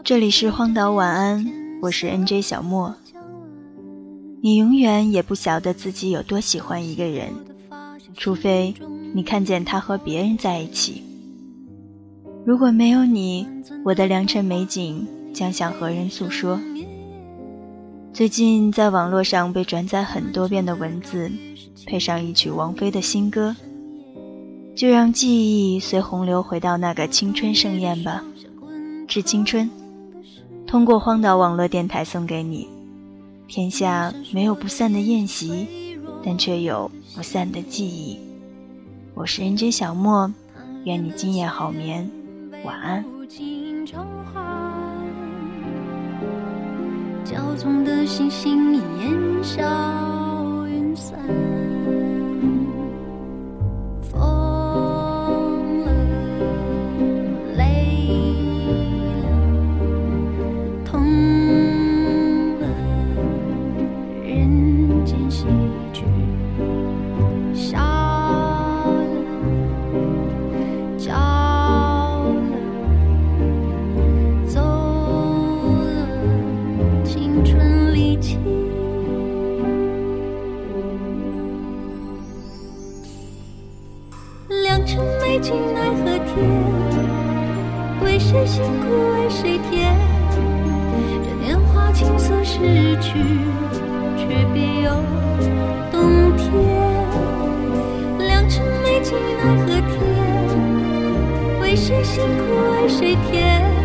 这里是荒岛晚安，我是 NJ 小莫。你永远也不晓得自己有多喜欢一个人，除非你看见他和别人在一起。如果没有你，我的良辰美景将向何人诉说？最近在网络上被转载很多遍的文字，配上一曲王菲的新歌，就让记忆随洪流回到那个青春盛宴吧。致青春，通过荒岛网络电台送给你。天下没有不散的宴席，但却有不散的记忆。我是 NJ 小莫，愿你今夜好眠，晚安。 骄纵的星星烟消云散，疯了，累了，痛了，人间喜剧，笑了，骄了，走了，青春离奇。良辰美景奈何天，为谁辛苦为谁甜？这年华青涩逝去，却别有洞天。良辰美景奈何天，为谁辛苦为谁甜？